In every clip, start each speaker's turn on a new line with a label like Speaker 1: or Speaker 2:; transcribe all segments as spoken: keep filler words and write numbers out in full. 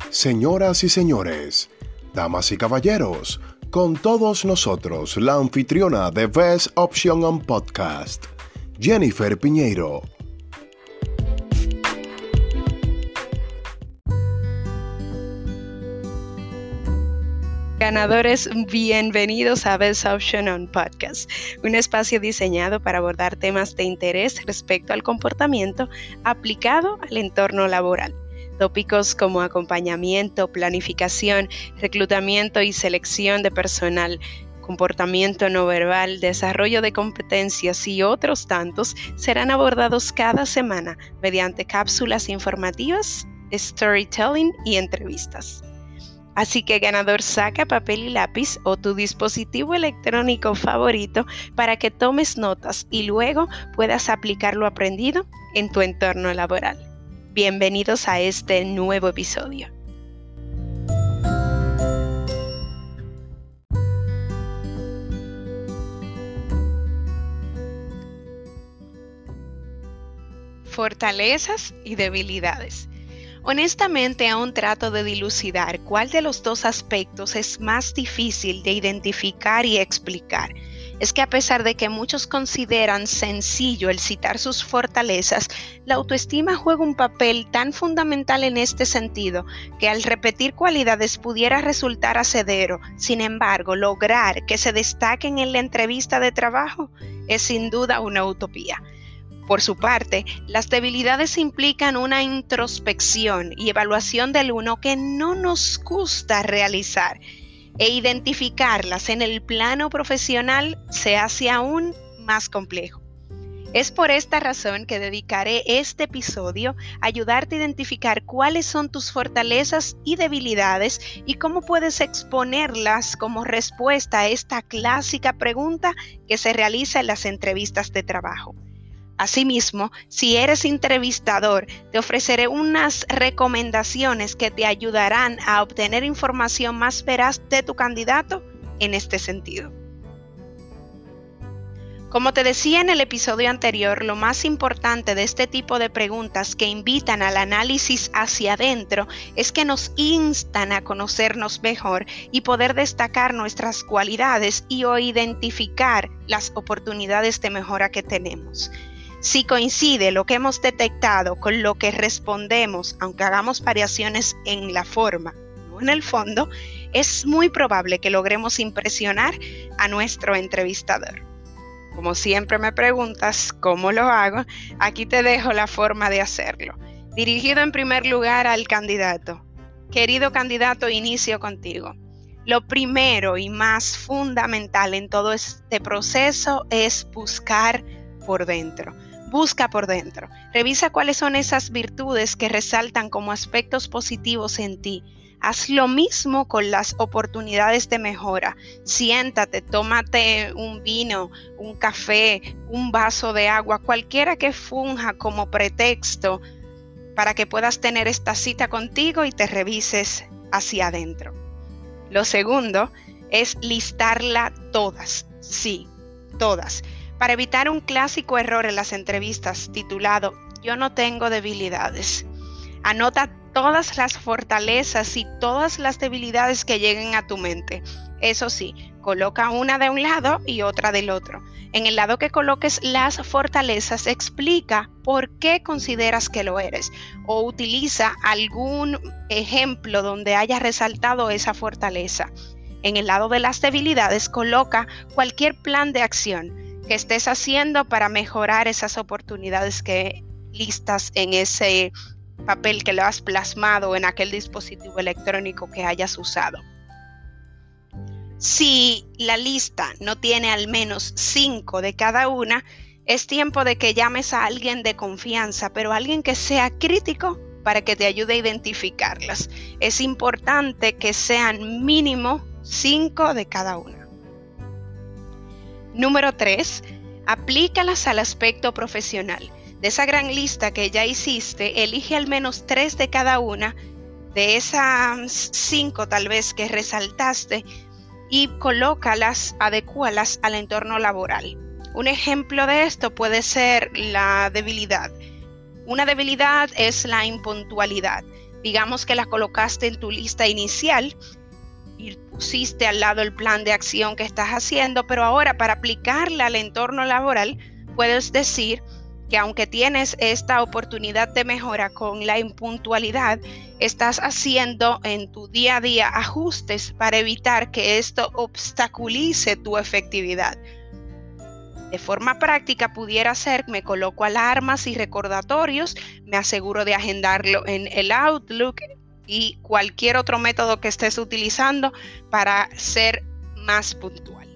Speaker 1: Señoras y señores, damas y caballeros, con todos nosotros la anfitriona de Best Option on Podcast, Jennifer Piñeiro.
Speaker 2: Ganadores, bienvenidos a Best Option on Podcast, un espacio diseñado para abordar temas de interés respecto al comportamiento aplicado al entorno laboral. Tópicos como acompañamiento, planificación, reclutamiento y selección de personal, comportamiento no verbal, desarrollo de competencias y otros tantos serán abordados cada semana mediante cápsulas informativas, storytelling y entrevistas. Así que ganador, saca papel y lápiz o tu dispositivo electrónico favorito para que tomes notas y luego puedas aplicar lo aprendido en tu entorno laboral. Bienvenidos a este nuevo episodio. Fortalezas y debilidades. Honestamente, aún trato de dilucidar cuál de los dos aspectos es más difícil de identificar y explicar. Es que a pesar de que muchos consideran sencillo el citar sus fortalezas, la autoestima juega un papel tan fundamental en este sentido que al repetir cualidades pudiera resultar hacedero. Sin embargo, lograr que se destaquen en la entrevista de trabajo es sin duda una utopía. Por su parte, las debilidades implican una introspección y evaluación del uno que no nos gusta realizar, e identificarlas en el plano profesional se hace aún más complejo. Es por esta razón que dedicaré este episodio a ayudarte a identificar cuáles son tus fortalezas y debilidades y cómo puedes exponerlas como respuesta a esta clásica pregunta que se realiza en las entrevistas de trabajo. Asimismo, si eres entrevistador, te ofreceré unas recomendaciones que te ayudarán a obtener información más veraz de tu candidato en este sentido. Como te decía en el episodio anterior, lo más importante de este tipo de preguntas que invitan al análisis hacia adentro es que nos instan a conocernos mejor y poder destacar nuestras cualidades y o identificar las oportunidades de mejora que tenemos. Si coincide lo que hemos detectado con lo que respondemos, aunque hagamos variaciones en la forma, no en el fondo, es muy probable que logremos impresionar a nuestro entrevistador. Como siempre me preguntas cómo lo hago, aquí te dejo la forma de hacerlo. Dirigido en primer lugar al candidato. Querido candidato, inicio contigo. Lo primero y más fundamental en todo este proceso es buscar por dentro. Busca por dentro. Revisa cuáles son esas virtudes que resaltan como aspectos positivos en ti. Haz lo mismo con las oportunidades de mejora. Siéntate, tómate un vino, un café, un vaso de agua, cualquiera que funja como pretexto para que puedas tener esta cita contigo y te revises hacia adentro. Lo segundo es listarla todas. Sí, todas. Para evitar un clásico error en las entrevistas titulado "Yo no tengo debilidades". Anota todas las fortalezas y todas las debilidades que lleguen a tu mente. Eso sí, coloca una de un lado y otra del otro. En el lado que coloques las fortalezas, explica por qué consideras que lo eres o utiliza algún ejemplo donde haya resaltado esa fortaleza. En el lado de las debilidades, coloca cualquier plan de acción que estés haciendo para mejorar esas oportunidades que listas en ese papel que lo has plasmado en aquel dispositivo electrónico que hayas usado. Si la lista no tiene al menos cinco de cada una, es tiempo de que llames a alguien de confianza, pero alguien que sea crítico para que te ayude a identificarlas. Es importante que sean mínimo cinco de cada una. Número tres, aplícalas al aspecto profesional. De esa gran lista que ya hiciste, elige al menos tres de cada una, de esas cinco tal vez que resaltaste, y colócalas, adecúalas al entorno laboral. Un ejemplo de esto puede ser la debilidad. Una debilidad es la impuntualidad. Digamos que la colocaste en tu lista inicial y pusiste al lado el plan de acción que estás haciendo, pero ahora para aplicarla al entorno laboral, puedes decir que aunque tienes esta oportunidad de mejora con la impuntualidad, estás haciendo en tu día a día ajustes para evitar que esto obstaculice tu efectividad. De forma práctica pudiera ser, me coloco alarmas y recordatorios, me aseguro de agendarlo en el Outlook y cualquier otro método que estés utilizando para ser más puntual.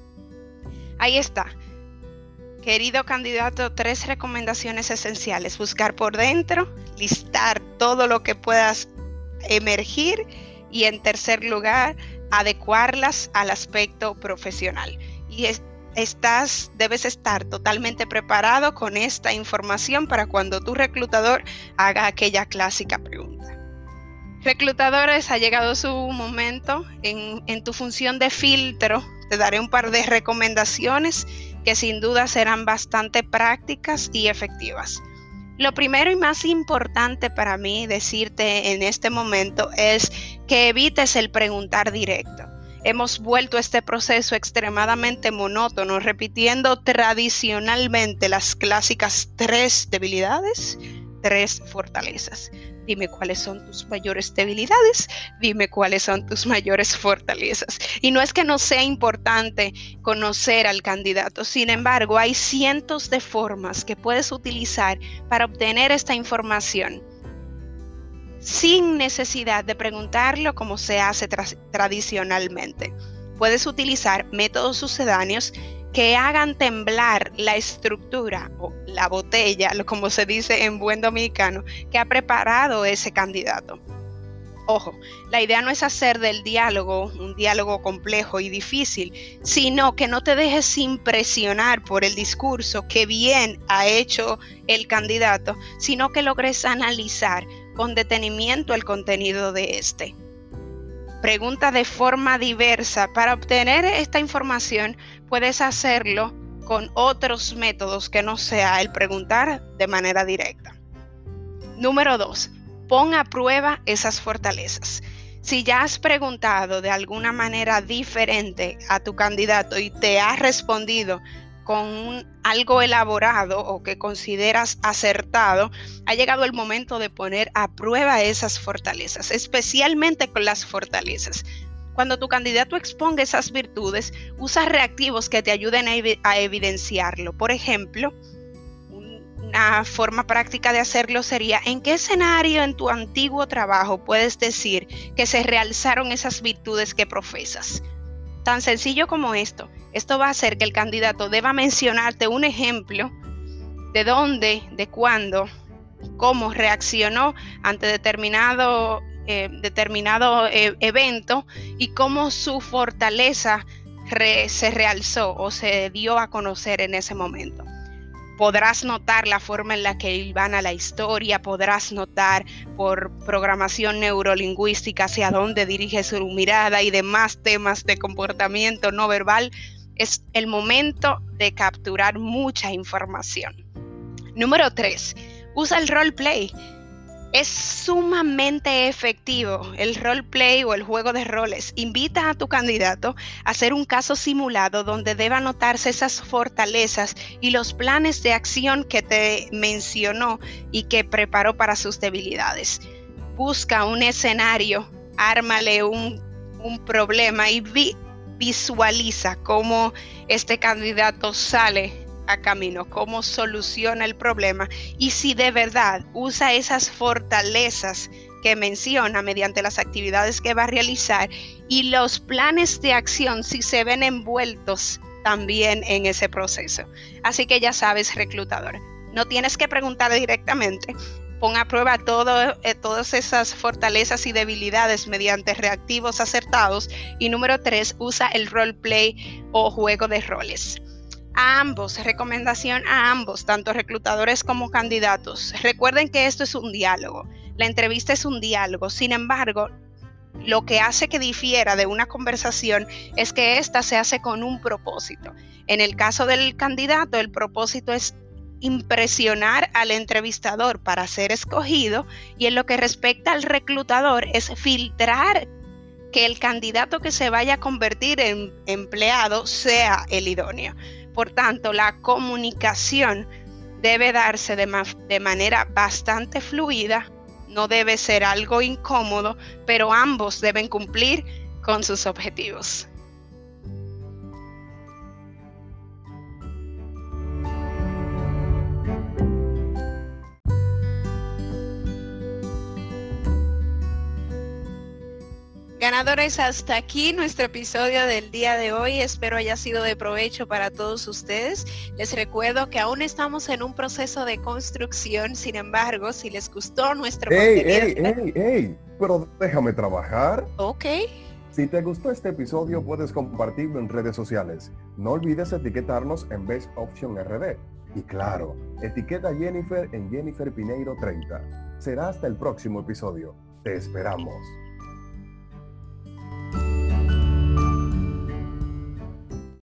Speaker 2: Ahí está. Querido candidato, tres recomendaciones esenciales. Buscar por dentro, listar todo lo que puedas emergir y en tercer lugar, adecuarlas al aspecto profesional. Y es, estás, debes estar totalmente preparado con esta información para cuando tu reclutador haga aquella clásica pregunta. Reclutadores, ha llegado su momento. En, en tu función de filtro, te daré un par de recomendaciones que sin duda serán bastante prácticas y efectivas. Lo primero y más importante para mí decirte en este momento es que evites el preguntar directo. Hemos vuelto este proceso extremadamente monótono, repitiendo tradicionalmente las clásicas tres debilidades, tres fortalezas. Dime cuáles son tus mayores debilidades, dime cuáles son tus mayores fortalezas. Y no es que no sea importante conocer al candidato, sin embargo, hay cientos de formas que puedes utilizar para obtener esta información sin necesidad de preguntarlo como se hace tra- tradicionalmente. Puedes utilizar métodos sucedáneos que hagan temblar la estructura o la botella, como se dice en buen dominicano, que ha preparado ese candidato. Ojo, la idea no es hacer del diálogo un diálogo complejo y difícil, sino que no te dejes impresionar por el discurso que bien ha hecho el candidato, sino que logres analizar con detenimiento el contenido de este. Pregunta de forma diversa. Para obtener esta información puedes hacerlo con otros métodos que no sea el preguntar de manera directa. Número dos. Pon a prueba esas fortalezas. Si ya has preguntado de alguna manera diferente a tu candidato y te ha respondido con un, algo elaborado o que consideras acertado, ha llegado el momento de poner a prueba esas fortalezas, especialmente con las fortalezas. Cuando tu candidato exponga esas virtudes, usa reactivos que te ayuden a, ev- a evidenciarlo. Por ejemplo, una forma práctica de hacerlo sería: ¿en qué escenario en tu antiguo trabajo puedes decir que se realzaron esas virtudes que profesas? Tan sencillo como esto. Esto va a hacer que el candidato deba mencionarte un ejemplo de dónde, de cuándo, cómo reaccionó ante determinado, eh, determinado eh, evento y cómo su fortaleza re, se realzó o se dio a conocer en ese momento. Podrás notar la forma en la que hilvana la historia, podrás notar por programación neurolingüística hacia dónde dirige su mirada y demás temas de comportamiento no verbal. Es el momento de capturar mucha información. Número tres. Usa el roleplay. Es sumamente efectivo el roleplay o el juego de roles. Invita a tu candidato a hacer un caso simulado donde deba anotarse esas fortalezas y los planes de acción que te mencionó y que preparó para sus debilidades. Busca un escenario, ármale un, un problema y vi, visualiza cómo este candidato sale a camino, cómo soluciona el problema y si de verdad usa esas fortalezas que menciona mediante las actividades que va a realizar y los planes de acción si se ven envueltos también en ese proceso. Así que ya sabes, reclutador, no tienes que preguntar directamente. Pon a prueba todo, eh, todas esas fortalezas y debilidades mediante reactivos acertados. Y número tres, usa el roleplay o juego de roles. A ambos, recomendación a ambos, tanto reclutadores como candidatos. Recuerden que esto es un diálogo. La entrevista es un diálogo. Sin embargo, lo que hace que difiera de una conversación es que ésta se hace con un propósito. En el caso del candidato, el propósito es impresionar al entrevistador para ser escogido, y en lo que respecta al reclutador es filtrar que el candidato que se vaya a convertir en empleado sea el idóneo. Por tanto, la comunicación debe darse de, ma- de manera bastante fluida, no debe ser algo incómodo, pero ambos deben cumplir con sus objetivos. Ganadores, hasta aquí nuestro episodio del día de hoy. Espero haya sido de provecho para todos ustedes. Les recuerdo que aún estamos en un proceso de construcción. Sin embargo, si les gustó nuestro
Speaker 3: ¡Ey,
Speaker 2: contenido...
Speaker 3: ey, ey, ey! Pero déjame trabajar.
Speaker 2: Ok.
Speaker 3: Si te gustó este episodio, puedes compartirlo en redes sociales. No olvides etiquetarnos en Best Option R D. Y claro, etiqueta a Jennifer en Jennifer Piñeiro treinta. Será hasta el próximo episodio. Te esperamos.